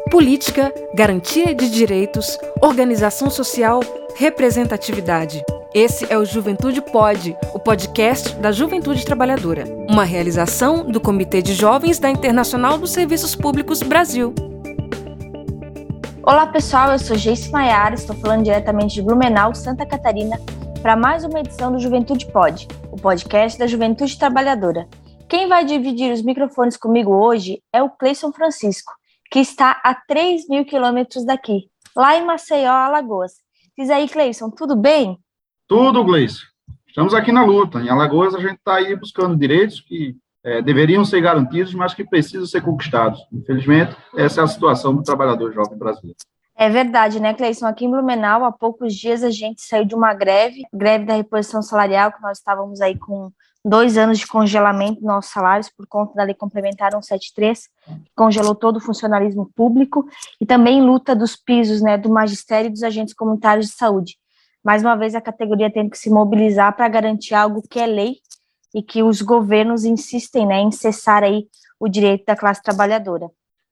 Política, garantia de direitos, organização social, representatividade. Esse é o Juventude Pode, o podcast da Juventude Trabalhadora, uma realização do Comitê de Jovens da Internacional dos Serviços Públicos Brasil. Olá pessoal, eu sou Geice Maiara, estou falando diretamente de Blumenau, Santa Catarina, para mais uma edição do Juventude Pode, o podcast da Juventude Trabalhadora. Quem vai dividir os microfones comigo hoje é o Cleison Francisco, que está a 3.000 quilômetros daqui, lá em Maceió, Alagoas. Diz aí, Cleison, tudo bem? Tudo, Gleice. Estamos aqui na luta. Em Alagoas, a gente está aí buscando direitos que deveriam ser garantidos, mas que precisam ser conquistados. Infelizmente, essa é a situação do trabalhador jovem brasileiro. É verdade, né, Cleison? Aqui em Blumenau, há poucos dias, a gente saiu de uma greve da reposição salarial, que nós estávamos aí com 2 anos de congelamento dos nossos salários por conta da Lei Complementar 173, que congelou todo o funcionalismo público, e também luta dos pisos, né, do magistério e dos agentes comunitários de saúde. Mais uma vez, a categoria tem que se mobilizar para garantir algo que é lei e que os governos insistem, né, em cessar aí o direito da classe trabalhadora.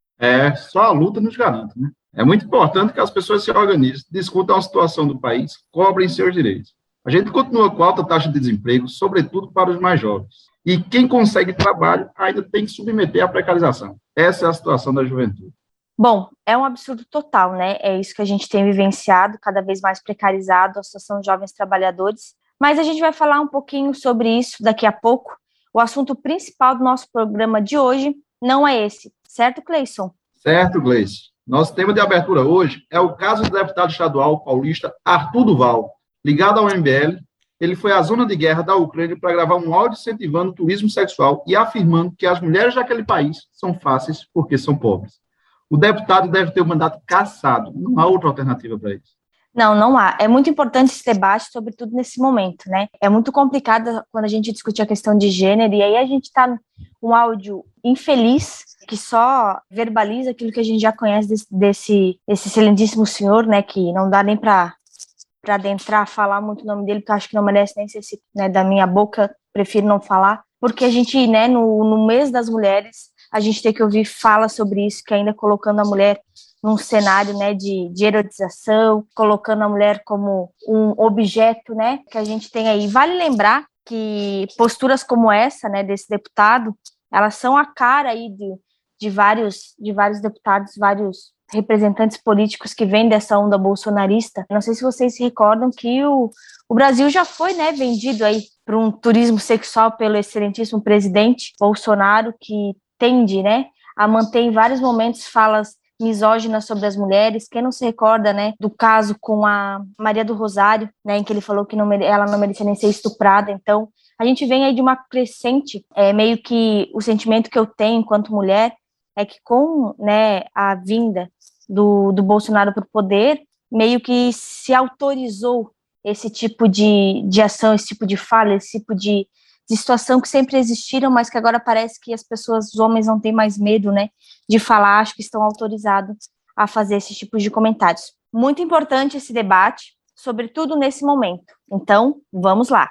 Só a luta nos garante, né? É muito importante que as pessoas se organizem, discutam a situação do país, cobrem seus direitos. A gente continua com alta taxa de desemprego, sobretudo para os mais jovens. E quem consegue trabalho ainda tem que submeter à precarização. Essa é a situação da juventude. Bom, é um absurdo total, né? É isso que a gente tem vivenciado, cada vez mais precarizado, a situação de jovens trabalhadores. Mas a gente vai falar um pouquinho sobre isso daqui a pouco. O assunto principal do nosso programa de hoje não é esse, certo, Cleison? Certo, Gleice. Nosso tema de abertura hoje é o caso do deputado estadual paulista Arthur Duval. Ligado ao MBL, ele foi à zona de guerra da Ucrânia para gravar um áudio incentivando o turismo sexual e afirmando que as mulheres daquele país são fáceis porque são pobres. O deputado deve ter o mandato cassado, não há outra alternativa para isso. Não há. É muito importante esse debate, sobretudo nesse momento, né? É muito complicado quando a gente discute a questão de gênero, e aí a gente está num áudio infeliz, que só verbaliza aquilo que a gente já conhece desse excelentíssimo senhor, né? Que não dá nem para adentrar, falar muito o nome dele, porque eu acho que não merece nem ser, né, da minha boca, prefiro não falar, porque a gente, né, no mês das mulheres, a gente tem que ouvir fala sobre isso, que ainda colocando a mulher num cenário, né, de erotização, colocando a mulher como um objeto, né, que a gente tem aí. Vale lembrar que posturas como essa, né, desse deputado, elas são a cara aí de vários deputados, vários representantes políticos que vêm dessa onda bolsonarista. Não sei se vocês se recordam que o Brasil já foi, né, vendido aí para um turismo sexual pelo excelentíssimo presidente Bolsonaro, que tende, né, a manter em vários momentos falas misóginas sobre as mulheres. Quem não se recorda, né, do caso com a Maria do Rosário, né, em que ele falou que ela não merecia nem ser estuprada. Então, a gente vem aí de uma crescente, meio que o sentimento que eu tenho enquanto mulher é que com, né, a vinda do Bolsonaro para o poder, meio que se autorizou esse tipo de ação, esse tipo de fala, esse tipo de situação que sempre existiram, mas que agora parece que as pessoas, os homens, não têm mais medo, né, de falar, acho que estão autorizados a fazer esse tipo de comentários. Muito importante esse debate, sobretudo nesse momento. Então, vamos lá.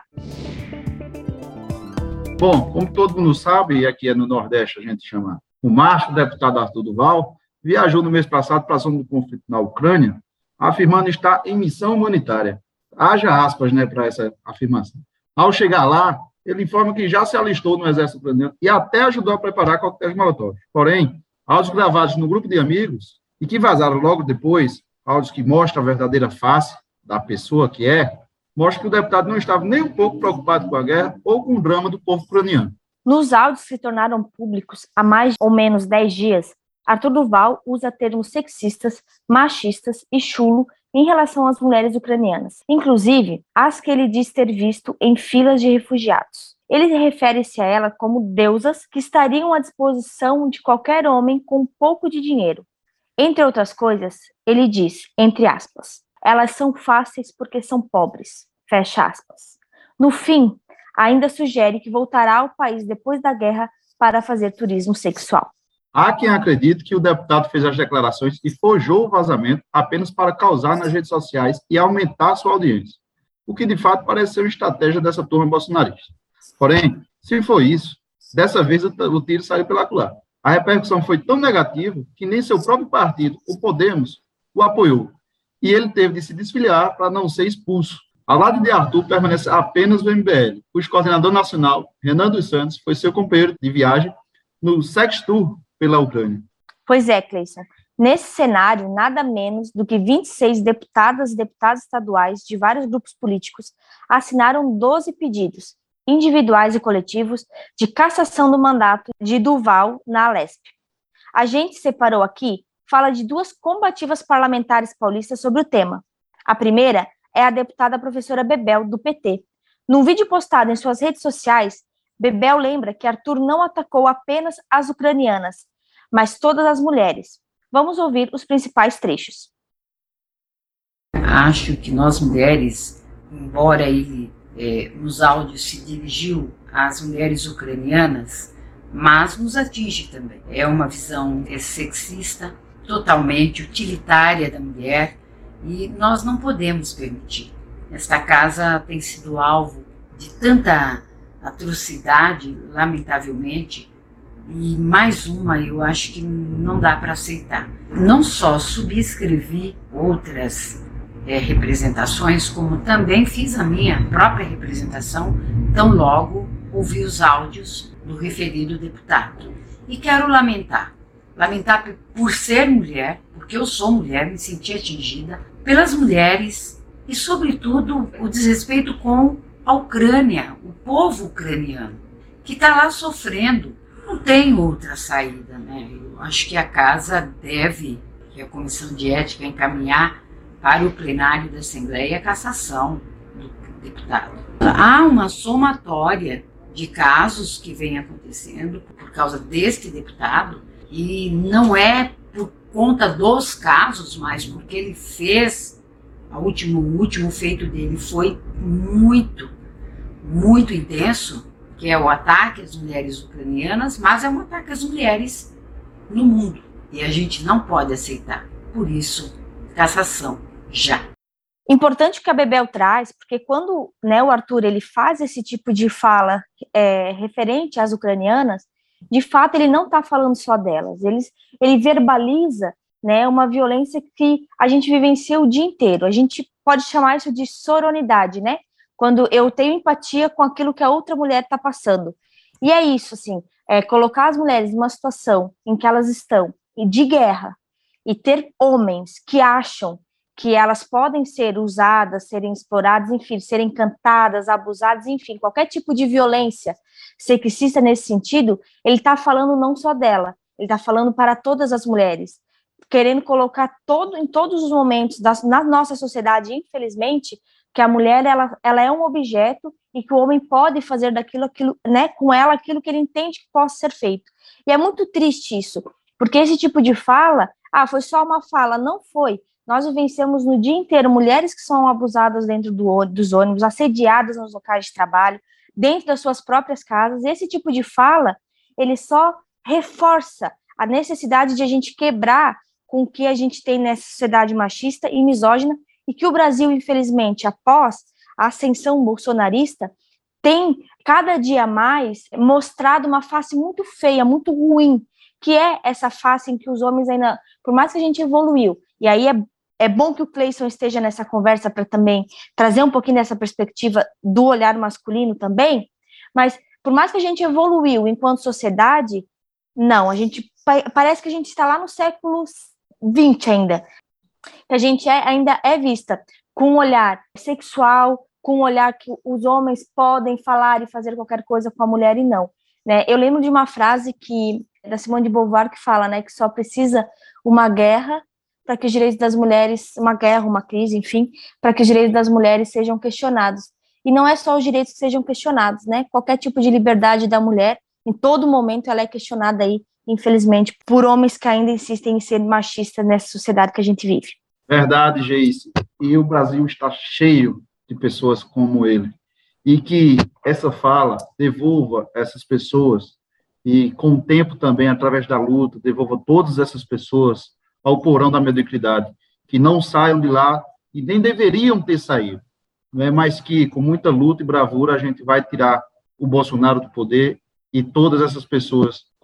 Bom, como todo mundo sabe, e aqui no Nordeste a gente chama o macho, o deputado Arthur Duval, viajou no mês passado para a zona do conflito na Ucrânia, afirmando estar em missão humanitária. Haja aspas, né, para essa afirmação. Ao chegar lá, ele informa que já se alistou no exército ucraniano e até ajudou a preparar coquetéis Molotov. Porém, áudios gravados no grupo de amigos e que vazaram logo depois, áudios que mostram a verdadeira face da pessoa que mostram que o deputado não estava nem um pouco preocupado com a guerra ou com o drama do povo ucraniano. Nos áudios que se tornaram públicos há mais ou menos 10 dias, Arthur Duval usa termos sexistas, machistas e chulo em relação às mulheres ucranianas, inclusive as que ele diz ter visto em filas de refugiados. Ele refere-se a elas como deusas que estariam à disposição de qualquer homem com um pouco de dinheiro. Entre outras coisas, ele diz, entre aspas, elas são fáceis porque são pobres, fecha aspas. No fim, ainda sugere que voltará ao país depois da guerra para fazer turismo sexual. Há quem acredite que o deputado fez as declarações e forjou o vazamento apenas para causar nas redes sociais e aumentar sua audiência, o que de fato parece ser uma estratégia dessa turma bolsonarista. Porém, se for isso, dessa vez o tiro saiu pela culatra. A repercussão foi tão negativa que nem seu próprio partido, o Podemos, o apoiou. E ele teve de se desfiliar para não ser expulso. Ao lado de Arthur permanece apenas o MBL, cujo coordenador nacional, Renan dos Santos, foi seu companheiro de viagem no Sextour pela Ucrânia. Pois é, Cleison. Nesse cenário, nada menos do que 26 deputadas e deputados estaduais de vários grupos políticos assinaram 12 pedidos, individuais e coletivos, de cassação do mandato de Duval na Alesp. A gente separou aqui, fala de duas combativas parlamentares paulistas sobre o tema. A primeira é a deputada professora Bebel, do PT. Num vídeo postado em suas redes sociais, Bebel lembra que Arthur não atacou apenas as ucranianas, mas todas as mulheres. Vamos ouvir os principais trechos. Acho que nós mulheres, embora ele nos áudios se dirigiu às mulheres ucranianas, mas nos atinge também. É uma visão sexista, totalmente utilitária da mulher, e nós não podemos permitir. Esta casa tem sido alvo de tanta atrocidade, lamentavelmente, e mais uma eu acho que não dá para aceitar. Não só subscrevi outras representações, como também fiz a minha própria representação, tão logo ouvi os áudios do referido deputado. E quero lamentar por ser mulher, porque eu sou mulher, me senti atingida, pelas mulheres e, sobretudo, o desrespeito com a Ucrânia, o povo ucraniano, que está lá sofrendo. Não tem outra saída, né? Eu acho que a casa deve, que a Comissão de Ética, encaminhar para o plenário da Assembleia a cassação do deputado. Há uma somatória de casos que vem acontecendo por causa deste deputado, e não é por conta dos casos, mas porque ele fez, o último feito dele foi muito, muito intenso, que é o ataque às mulheres ucranianas, mas é um ataque às mulheres no mundo. E a gente não pode aceitar. Por isso, cassação, já. Importante que a Bebel traz, porque quando o Arthur ele faz esse tipo de fala referente às ucranianas, de fato ele não está falando só delas, ele verbaliza uma violência que a gente vivencia o dia inteiro. A gente pode chamar isso de sororidade, né? Quando eu tenho empatia com aquilo que a outra mulher está passando. E é isso, assim, colocar as mulheres numa situação em que elas estão de guerra e ter homens que acham que elas podem ser usadas, serem exploradas, enfim, serem cantadas, abusadas, enfim, qualquer tipo de violência sexista nesse sentido, ele está falando não só dela, ele está falando para todas as mulheres, querendo colocar em todos os momentos na nossa sociedade, infelizmente, que a mulher ela é um objeto e que o homem pode fazer com ela aquilo que ele entende que possa ser feito. E é muito triste isso, porque esse tipo de fala, foi só uma fala, não foi. Nós vivenciamos no dia inteiro mulheres que são abusadas dentro dos ônibus, assediadas nos locais de trabalho, dentro das suas próprias casas. E esse tipo de fala, ele só reforça a necessidade de a gente quebrar com o que a gente tem nessa sociedade machista e misógina, e que o Brasil, infelizmente, após a ascensão bolsonarista, tem cada dia mais mostrado uma face muito feia, muito ruim, que é essa face em que os homens ainda, por mais que a gente evoluiu, e aí é bom que o Cleison esteja nessa conversa para também trazer um pouquinho dessa perspectiva do olhar masculino também, mas por mais que a gente evoluiu enquanto sociedade, não, parece que a gente está lá no século XX ainda, que a gente ainda é vista com um olhar sexual, com um olhar que os homens podem falar e fazer qualquer coisa com a mulher e não. Né? Eu lembro de uma frase da Simone de Beauvoir que fala, que só precisa uma guerra para que os direitos das mulheres, uma guerra, uma crise, enfim, para que os direitos das mulheres sejam questionados. E não é só os direitos que sejam questionados, né? Qualquer tipo de liberdade da mulher, em todo momento, ela é questionada aí, infelizmente, por homens que ainda insistem em ser machistas nessa sociedade que a gente vive. Verdade, Geice. E o Brasil está cheio de pessoas como ele. E que essa fala devolva essas pessoas e, com o tempo também, através da luta, devolva todas essas pessoas ao porão da mediocridade, que não saiam de lá e nem deveriam ter saído. Mas que, com muita luta e bravura, a gente vai tirar o Bolsonaro do poder e todas essas pessoas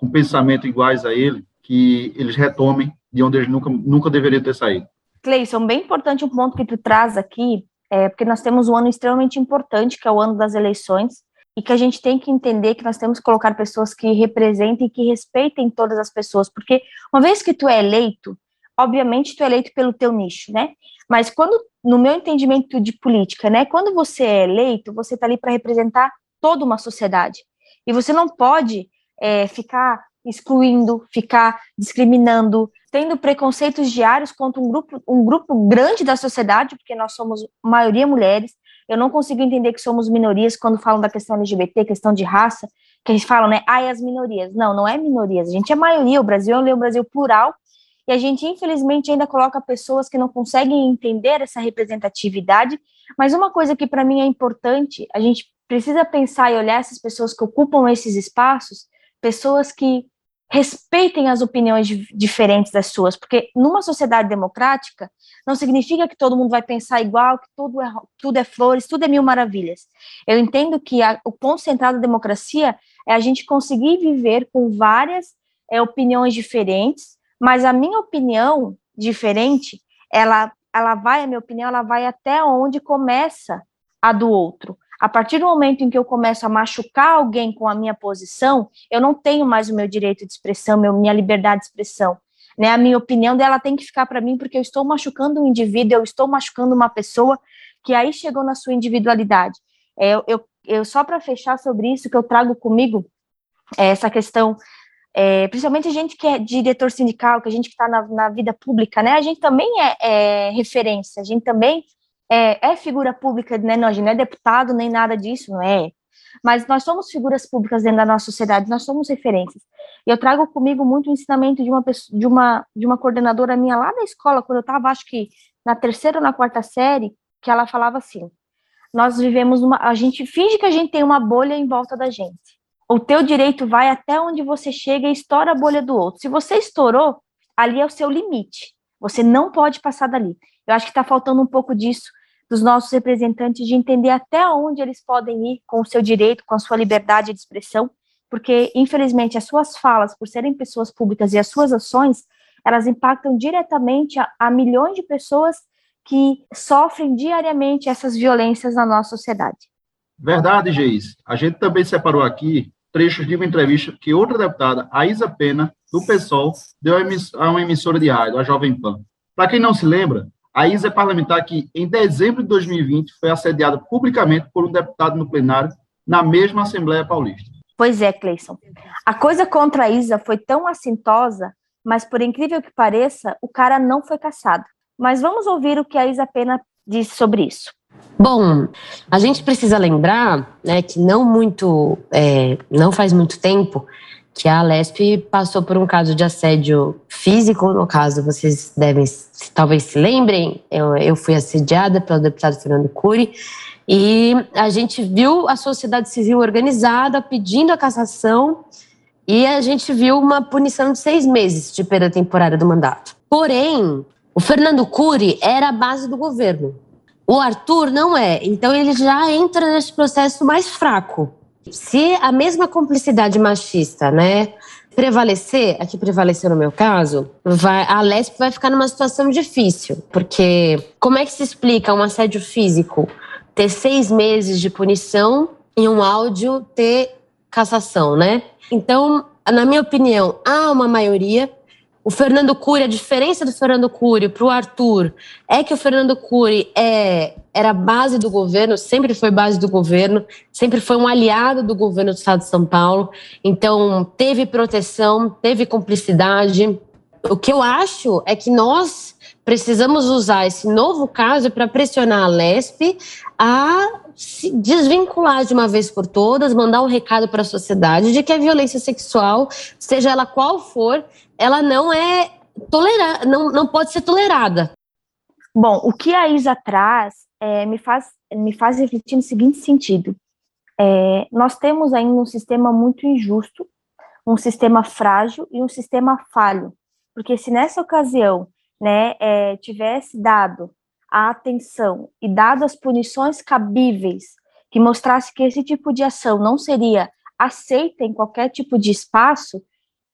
com pensamento iguais a ele, que eles retomem de onde eles nunca deveriam ter saído. Cleison, bem importante um ponto que tu traz aqui, porque nós temos um ano extremamente importante, que é o ano das eleições, e que a gente tem que entender que nós temos que colocar pessoas que representem e que respeitem todas as pessoas, porque uma vez que tu é eleito, obviamente tu é eleito pelo teu nicho, né? Mas quando, no meu entendimento de política, né, quando você é eleito, você está ali para representar toda uma sociedade, e você não pode ficar excluindo, ficar discriminando, tendo preconceitos diários contra um grupo grande da sociedade, porque nós somos maioria mulheres. Eu não consigo entender que somos minorias quando falam da questão LGBT, questão de raça, que a gente fala, né, as minorias. Não, não é minorias, a gente é maioria, o Brasil é um Brasil plural, e a gente, infelizmente, ainda coloca pessoas que não conseguem entender essa representatividade, mas uma coisa que para mim é importante, a gente precisa pensar e olhar essas pessoas que ocupam esses espaços, pessoas que respeitem as opiniões diferentes das suas, porque numa sociedade democrática não significa que todo mundo vai pensar igual, que tudo é flores, tudo é mil maravilhas. Eu entendo que o ponto central da democracia é a gente conseguir viver com várias opiniões diferentes, mas a minha opinião diferente, a minha opinião, ela vai até onde começa a do outro. A partir do momento em que eu começo a machucar alguém com a minha posição, eu não tenho mais o meu direito de expressão, minha liberdade de expressão. Né? A minha opinião dela tem que ficar para mim, porque eu estou machucando um indivíduo, eu estou machucando uma pessoa que aí chegou na sua individualidade. Eu só para fechar sobre isso, que eu trago comigo essa questão, principalmente a gente que é diretor sindical, que a gente que está na vida pública, né? A gente também é referência, a gente também é figura pública, né? Não, a gente não é deputado nem nada disso, não é? Mas nós somos figuras públicas dentro da nossa sociedade, nós somos referências. E eu trago comigo muito o ensinamento de uma coordenadora minha lá da escola, quando eu estava, acho que na 3ª ou na 4ª série, que ela falava assim: nós vivemos a gente finge que a gente tem uma bolha em volta da gente. O teu direito vai até onde você chega e estoura a bolha do outro. Se você estourou, ali é o seu limite. Você não pode passar dali. Eu acho que está faltando um pouco disso dos nossos representantes, de entender até onde eles podem ir com o seu direito, com a sua liberdade de expressão, porque, infelizmente, as suas falas, por serem pessoas públicas, e as suas ações, elas impactam diretamente a milhões de pessoas que sofrem diariamente essas violências na nossa sociedade. Verdade, Geis. A gente também separou aqui trechos de uma entrevista que outra deputada, a Isa Pena, do PSOL, deu a uma emissora de rádio, a Jovem Pan. Para quem não se lembra, a Isa é parlamentar que, em dezembro de 2020, foi assediada publicamente por um deputado no plenário na mesma Assembleia Paulista. Pois é, Cleison. A coisa contra a Isa foi tão assintosa, mas, por incrível que pareça, o cara não foi cassado. Mas vamos ouvir o que a Isa Pena disse sobre isso. Bom, a gente precisa lembrar, né, que não faz muito tempo que a Alesp passou por um caso de assédio físico. No caso, vocês talvez se lembrem, eu fui assediada pelo deputado Fernando Cury, e a gente viu a sociedade civil organizada pedindo a cassação, e a gente viu uma punição de 6 meses de perda temporária do mandato. Porém, o Fernando Cury era a base do governo. O Arthur não é, então ele já entra nesse processo mais fraco. Se a mesma cumplicidade machista, né, prevalecer, a que prevaleceu no meu caso, a Alesp vai ficar numa situação difícil, porque como é que se explica um assédio físico ter 6 meses de punição e um áudio ter cassação, né? Então, na minha opinião, há uma maioria. O Fernando Cury, a diferença do Fernando Cury para o Arthur é que o Fernando Cury era base do governo, sempre foi base do governo, sempre foi um aliado do governo do estado de São Paulo, então teve proteção, teve cumplicidade. O que eu acho é que nós precisamos usar esse novo caso para pressionar a Alesp a se desvincular de uma vez por todas, mandar um recado para a sociedade de que a violência sexual, seja ela qual for, ela não é tolerada, não pode ser tolerada. Bom, o que a Isa traz me faz refletir no seguinte sentido. Nós temos ainda um sistema muito injusto, um sistema frágil e um sistema falho. Porque se nessa ocasião, né, tivesse dado a atenção e dado as punições cabíveis que mostrasse que esse tipo de ação não seria aceita em qualquer tipo de espaço,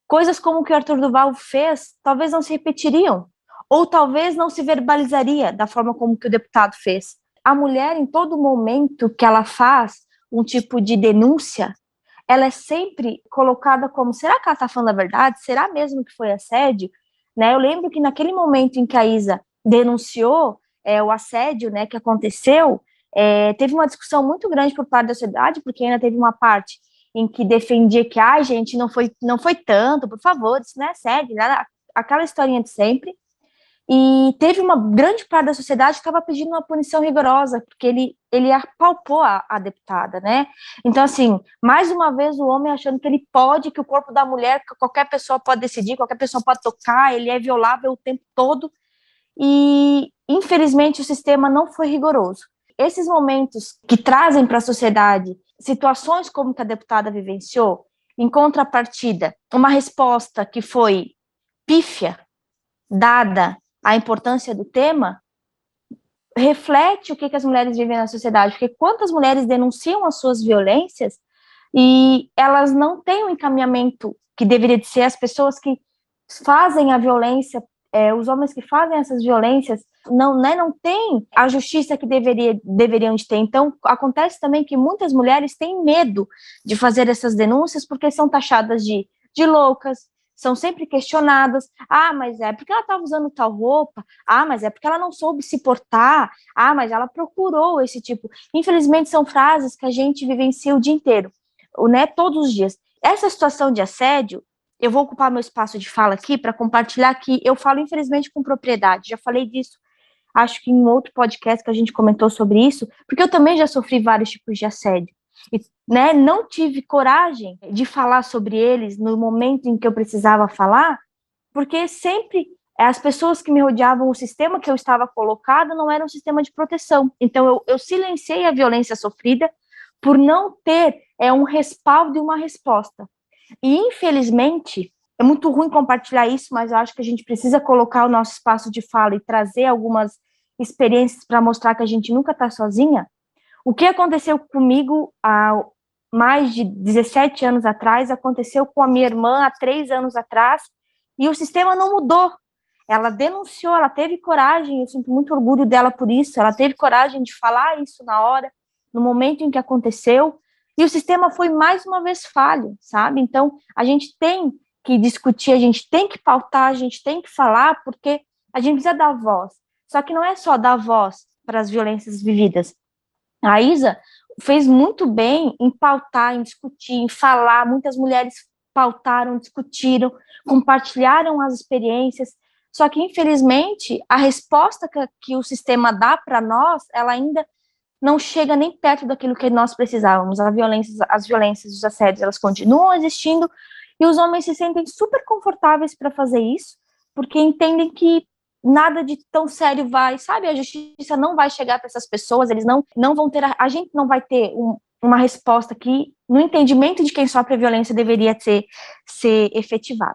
coisas como o que o Arthur Duval fez talvez não se repetiriam, ou talvez não se verbalizaria da forma como que o deputado fez. A mulher, em todo momento que ela faz um tipo de denúncia, ela é sempre colocada como, será que ela está falando a verdade? Será mesmo que foi assédio? Né? Eu lembro que naquele momento em que a Isa denunciou o assédio, né, que aconteceu, teve uma discussão muito grande por parte da sociedade, porque ainda teve uma parte em que defendia que, gente, não foi tanto, por favor, isso não é assédio, né? Aquela historinha de sempre. E teve uma grande parte da sociedade que estava pedindo uma punição rigorosa, porque ele apalpou a deputada, né? Então, assim, mais uma vez o homem achando que ele pode, que o corpo da mulher, que qualquer pessoa pode decidir, qualquer pessoa pode tocar, ele é violável o tempo todo. E, infelizmente, o sistema não foi rigoroso. Esses momentos que trazem para a sociedade situações como que a deputada vivenciou, em contrapartida, uma resposta que foi pífia, dada a importância do tema, reflete o que as mulheres vivem na sociedade, porque quantas mulheres denunciam as suas violências e elas não têm o encaminhamento que deveria de ser, as pessoas que fazem a violência, os homens que fazem essas violências, não têm a justiça que deveriam de ter. Então, acontece também que muitas mulheres têm medo de fazer essas denúncias porque são taxadas de loucas, são sempre questionadas, mas é porque ela estava usando tal roupa, mas é porque ela não soube se portar, mas ela procurou esse tipo. Infelizmente, são frases que a gente vivencia o dia inteiro, né, todos os dias. Essa situação de assédio, eu vou ocupar meu espaço de fala aqui para compartilhar que eu falo, infelizmente, com propriedade, já falei disso, acho que em outro podcast que a gente comentou sobre isso, porque eu também já sofri vários tipos de assédio. E, né, não tive coragem de falar sobre eles no momento em que eu precisava falar, porque sempre as pessoas que me rodeavam, o sistema que eu estava colocada não era um sistema de proteção. Então, eu silenciei a violência sofrida por não ter um respaldo e uma resposta. E, infelizmente, é muito ruim compartilhar isso, mas eu acho que a gente precisa colocar o nosso espaço de fala e trazer algumas experiências para mostrar que a gente nunca está sozinha. O que aconteceu comigo há mais de 17 anos atrás, aconteceu com a minha irmã há 3 anos atrás, e o sistema não mudou. Ela denunciou, ela teve coragem, eu sinto muito orgulho dela por isso, ela teve coragem de falar isso na hora, no momento em que aconteceu, e o sistema foi mais uma vez falho, sabe? Então, a gente tem que discutir, a gente tem que pautar, a gente tem que falar, porque a gente precisa dar voz. Só que não é só dar voz para as violências vividas. A Isa fez muito bem em pautar, em discutir, em falar. Muitas mulheres pautaram, discutiram, compartilharam as experiências. Só que, infelizmente, a resposta que o sistema dá para nós, ela ainda não chega nem perto daquilo que nós precisávamos. As violências, os assédios, elas continuam existindo e os homens se sentem super confortáveis para fazer isso, porque entendem que nada de tão sério vai, sabe? A justiça não vai chegar para essas pessoas, eles não vão ter, a gente não vai ter uma resposta que, no entendimento de quem sofre a violência, deveria ser efetivado.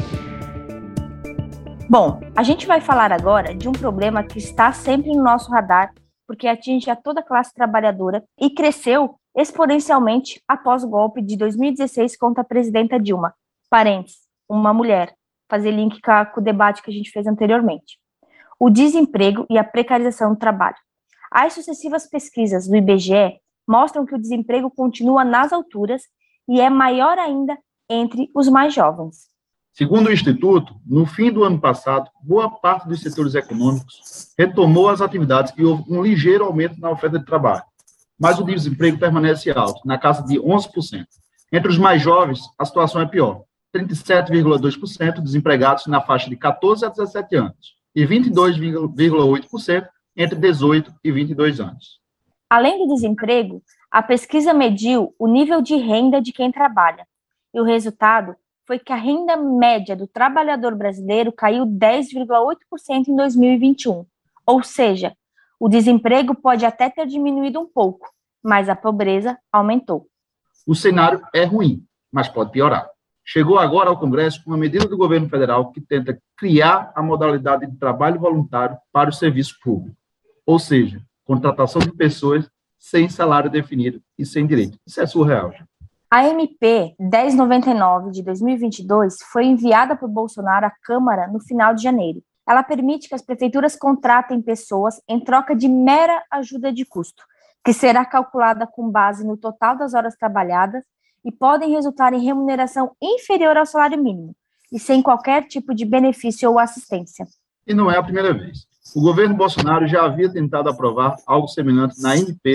Bom, a gente vai falar agora de um problema que está sempre no nosso radar, porque atinge a toda a classe trabalhadora e cresceu exponencialmente após o golpe de 2016 contra a presidenta Dilma. Parênteses, uma mulher. Fazer link com o debate que a gente fez anteriormente. O desemprego e a precarização do trabalho. As sucessivas pesquisas do IBGE mostram que o desemprego continua nas alturas e é maior ainda entre os mais jovens. Segundo o Instituto, no fim do ano passado, boa parte dos setores econômicos retomou as atividades e houve um ligeiro aumento na oferta de trabalho, mas o desemprego permanece alto, na casa de 11%. Entre os mais jovens, a situação é pior. 37,2% desempregados na faixa de 14 a 17 anos e 22,8% entre 18 e 22 anos. Além do desemprego, a pesquisa mediu o nível de renda de quem trabalha, e o resultado foi que a renda média do trabalhador brasileiro caiu 10,8% em 2021, ou seja, o desemprego pode até ter diminuído um pouco, mas a pobreza aumentou. O cenário é ruim, mas pode piorar. Chegou agora ao Congresso uma medida do governo federal que tenta criar a modalidade de trabalho voluntário para o serviço público, ou seja, contratação de pessoas sem salário definido e sem direito. Isso é surreal. A MP 1099 de 2022 foi enviada por Bolsonaro à Câmara no final de janeiro. Ela permite que as prefeituras contratem pessoas em troca de mera ajuda de custo, que será calculada com base no total das horas trabalhadas e podem resultar em remuneração inferior ao salário mínimo e sem qualquer tipo de benefício ou assistência. E não é a primeira vez. O governo Bolsonaro já havia tentado aprovar algo semelhante na MP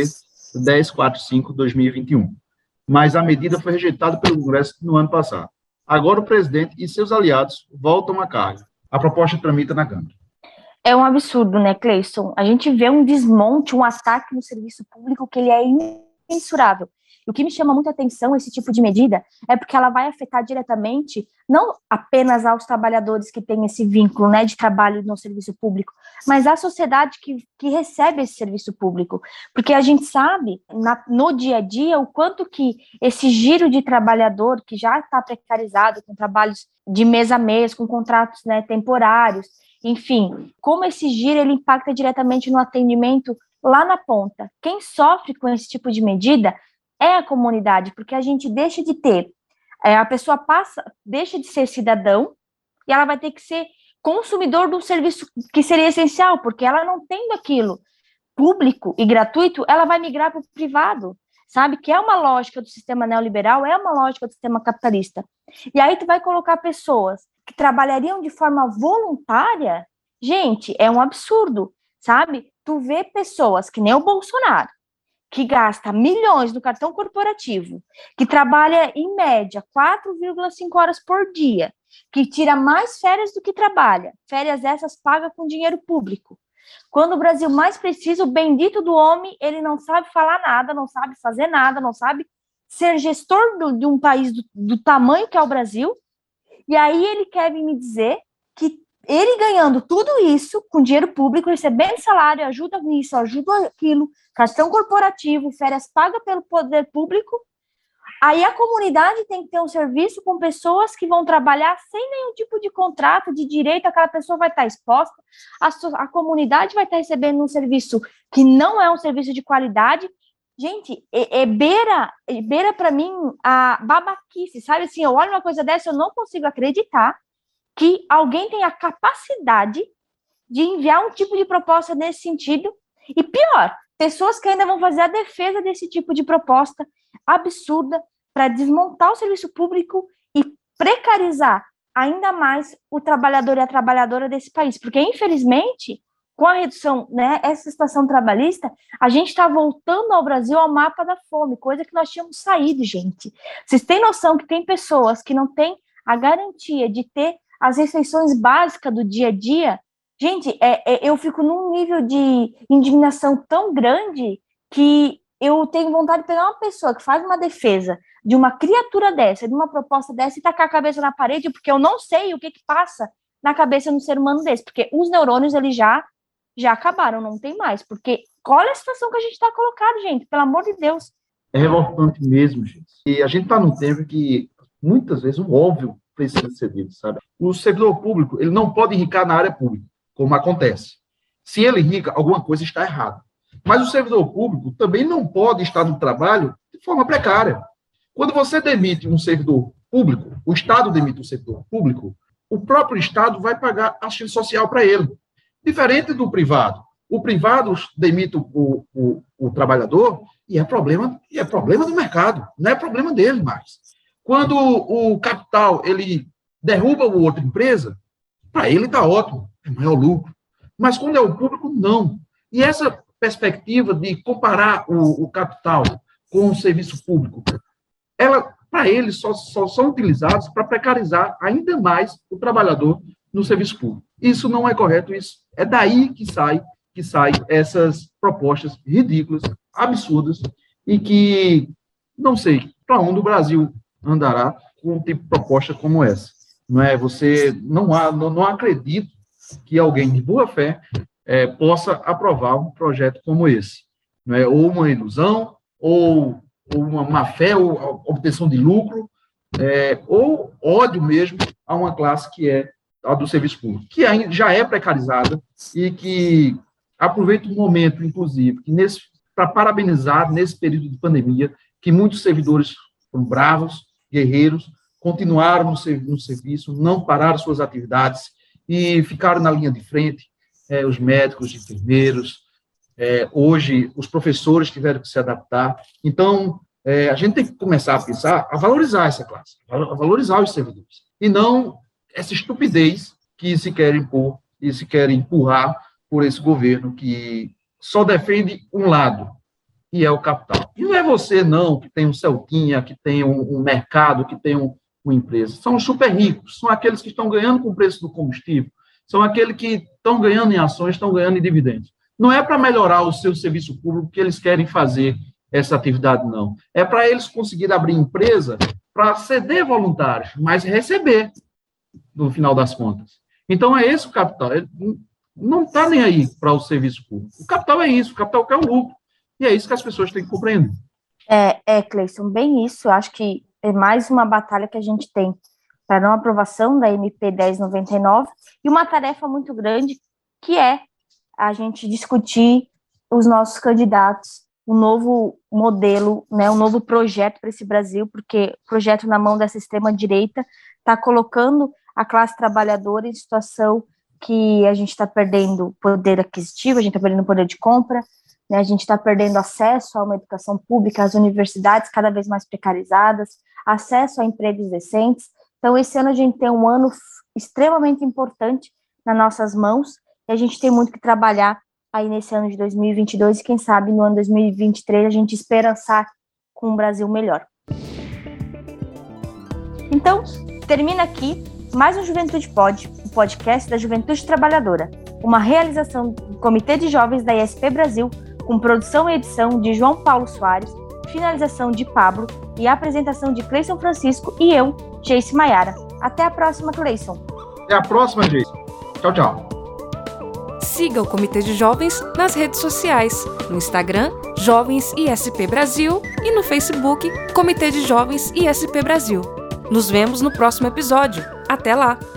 1045/2021, mas a medida foi rejeitada pelo Congresso no ano passado. Agora o presidente e seus aliados voltam à carga. A proposta tramita na Câmara. É um absurdo, né, Cleison? A gente vê um desmonte, um ataque no serviço público que ele é imensurável. E o que me chama muita atenção, esse tipo de medida, é porque ela vai afetar diretamente, não apenas aos trabalhadores que têm esse vínculo, né, de trabalho no serviço público, mas à sociedade que recebe esse serviço público. Porque a gente sabe, no dia a dia, o quanto que esse giro de trabalhador, que já está precarizado, com trabalhos de mês a mês, com contratos, né, temporários, enfim, como esse giro ele impacta diretamente no atendimento lá na ponta. Quem sofre com esse tipo de medida é a comunidade, porque a gente deixa de ter, a pessoa deixa de ser cidadão e ela vai ter que ser consumidor de um serviço que seria essencial, porque ela não tendo aquilo público e gratuito, ela vai migrar para o privado, sabe? Que é uma lógica do sistema neoliberal, é uma lógica do sistema capitalista. E aí tu vai colocar pessoas que trabalhariam de forma voluntária, gente, é um absurdo, sabe? Tu vê pessoas que nem o Bolsonaro, que gasta milhões no cartão corporativo, que trabalha, em média, 4,5 horas por dia, que tira mais férias do que trabalha, férias essas pagas com dinheiro público. Quando o Brasil mais precisa, o bendito do homem, ele não sabe falar nada, não sabe fazer nada, não sabe ser gestor de um país do tamanho que é o Brasil, e aí ele quer vir me dizer que ele ganhando tudo isso, com dinheiro público, recebendo salário, ajuda nisso, ajuda aquilo, cartão corporativo, férias pagas pelo poder público, aí a comunidade tem que ter um serviço com pessoas que vão trabalhar sem nenhum tipo de contrato, de direito, aquela pessoa vai estar exposta, a comunidade vai estar recebendo um serviço que não é um serviço de qualidade. Gente, beira para mim a babaquice, sabe assim, eu olho uma coisa dessa, eu não consigo acreditar que alguém tenha a capacidade de enviar um tipo de proposta nesse sentido, e pior, pessoas que ainda vão fazer a defesa desse tipo de proposta absurda para desmontar o serviço público e precarizar ainda mais o trabalhador e a trabalhadora desse país, porque infelizmente, com a redução, né, essa situação trabalhista, a gente está voltando ao Brasil ao mapa da fome, coisa que nós tínhamos saído, gente. Vocês têm noção que tem pessoas que não têm a garantia de ter as refeições básicas do dia a dia? Gente, eu fico num nível de indignação tão grande que eu tenho vontade de pegar uma pessoa que faz uma defesa de uma criatura dessa, de uma proposta dessa, e tacar a cabeça na parede, porque eu não sei o que passa na cabeça de um ser humano desse, porque os neurônios, eles já acabaram, não tem mais, porque olha a situação que a gente está colocado, gente, pelo amor de Deus. É revoltante mesmo, gente. E a gente está num tempo que, muitas vezes, o óbvio precisa ser dito, sabe? O servidor público, ele não pode enricar na área pública, como acontece. Se ele enrica, alguma coisa está errada. Mas o servidor público também não pode estar no trabalho de forma precária. Quando você demite um servidor público, o Estado demite um servidor público, o próprio Estado vai pagar assistência social para ele. Diferente do privado. O privado demite o trabalhador e é problema do mercado, não é problema dele mais. Quando o capital ele derruba o outra empresa, para ele está ótimo, é maior lucro. Mas quando é o público, não. E essa perspectiva de comparar o capital com o serviço público, para eles, só são utilizados para precarizar ainda mais o trabalhador no serviço público. Isso não é correto, isso é daí que sai essas propostas ridículas, absurdas, e que não sei para onde o Brasil andará com um tipo de proposta como essa. Não é? Não acredito que alguém de boa fé possa aprovar um projeto como esse. Não é? Ou uma ilusão, ou uma má-fé, ou obtenção de lucro, ou ódio mesmo a uma classe que é a do serviço público, que já é precarizada e que aproveita o momento, inclusive, para parabenizar nesse período de pandemia, que muitos servidores foram bravos, guerreiros, continuaram no serviço, não pararam suas atividades e ficaram na linha de frente. Os médicos, os enfermeiros, hoje os professores tiveram que se adaptar. Então, a gente tem que começar a pensar, a valorizar essa classe, a valorizar os servidores, e não essa estupidez que se quer impor e se quer empurrar por esse governo que só defende um lado, que é o capital. E não é você, não, que tem um Celtinha, que tem um mercado, que tem uma empresa. São os super ricos, são aqueles que estão ganhando com o preço do combustível, são aqueles que estão ganhando em ações, estão ganhando em dividendos. Não é para melhorar o seu serviço público que eles querem fazer essa atividade, não. É para eles conseguirem abrir empresa para ceder voluntários, mas receber, no final das contas. Então, é esse o capital. Ele não está nem aí para o serviço público. O capital é isso, o capital quer o lucro. E é isso que as pessoas têm que compreender. Cleison, bem isso. Eu acho que é mais uma batalha que a gente tem para não aprovação da MP 1099 e uma tarefa muito grande que é a gente discutir os nossos candidatos, um novo modelo, né, um novo projeto para esse Brasil, porque o projeto na mão dessa extrema-direita está colocando a classe trabalhadora em situação que a gente está perdendo poder aquisitivo, a gente está perdendo poder de compra, né, a gente está perdendo acesso a uma educação pública, às universidades cada vez mais precarizadas, acesso a empregos decentes. Então, esse ano a gente tem um ano extremamente importante nas nossas mãos e a gente tem muito que trabalhar aí nesse ano de 2022 e quem sabe no ano 2023 a gente esperançar com um Brasil melhor. Então, termina aqui mais um Juventude Pod, o podcast da Juventude Trabalhadora, uma realização do Comitê de Jovens da ISP Brasil, com produção e edição de João Paulo Soares, finalização de Pablo e apresentação de Cleison Francisco e eu, Geice Maiara. Até a próxima, Cleison. Até a próxima, Geice. Tchau, tchau. Siga o Comitê de Jovens nas redes sociais, no Instagram, Jovens ISP Brasil, e no Facebook, Comitê de Jovens ISP Brasil. Nos vemos no próximo episódio. Até lá!